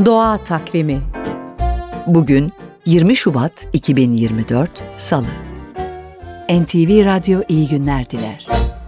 Doğa Takvimi. Bugün 20 Şubat 2024 Salı. NTV Radyo iyi günler diler.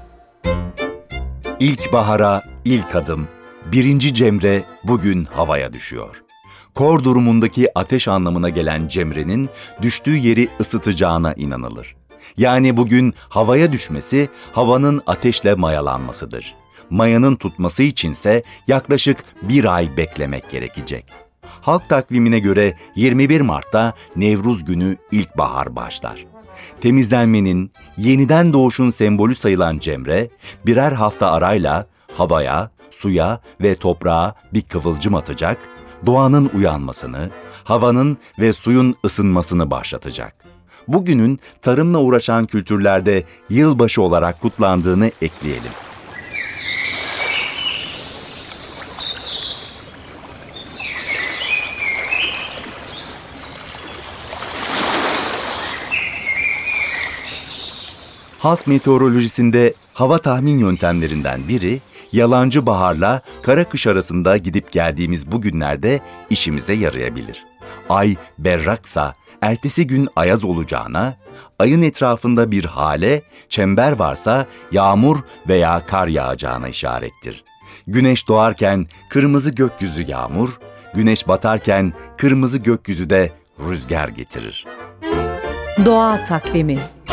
İlkbahara ilk adım, 1. Cemre bugün havaya düşüyor. Kor durumundaki ateş anlamına gelen cemrenin düştüğü yeri ısıtacağına inanılır. Yani bugün havaya düşmesi, havanın ateşle mayalanmasıdır. Mayanın tutması içinse yaklaşık bir ay beklemek gerekecek. Halk takvimine göre 21 Mart'ta Nevruz günü ilkbahar başlar. Temizlenmenin, yeniden doğuşun sembolü sayılan cemre, birer hafta arayla havaya, suya ve toprağa bir kıvılcım atacak, doğanın uyanmasını, havanın ve suyun ısınmasını başlatacak. Bugünün tarımla uğraşan kültürlerde yılbaşı olarak kutlandığını ekleyelim. Halk meteorolojisinde hava tahmin yöntemlerinden biri, yalancı baharla kara kış arasında gidip geldiğimiz bu günlerde işimize yarayabilir. Ay berraksa, ertesi gün ayaz olacağına, ayın etrafında bir hale, çember varsa yağmur veya kar yağacağına işarettir. Güneş doğarken kırmızı gökyüzü yağmur, güneş batarken kırmızı gökyüzü de rüzgar getirir. Doğa Takvimi.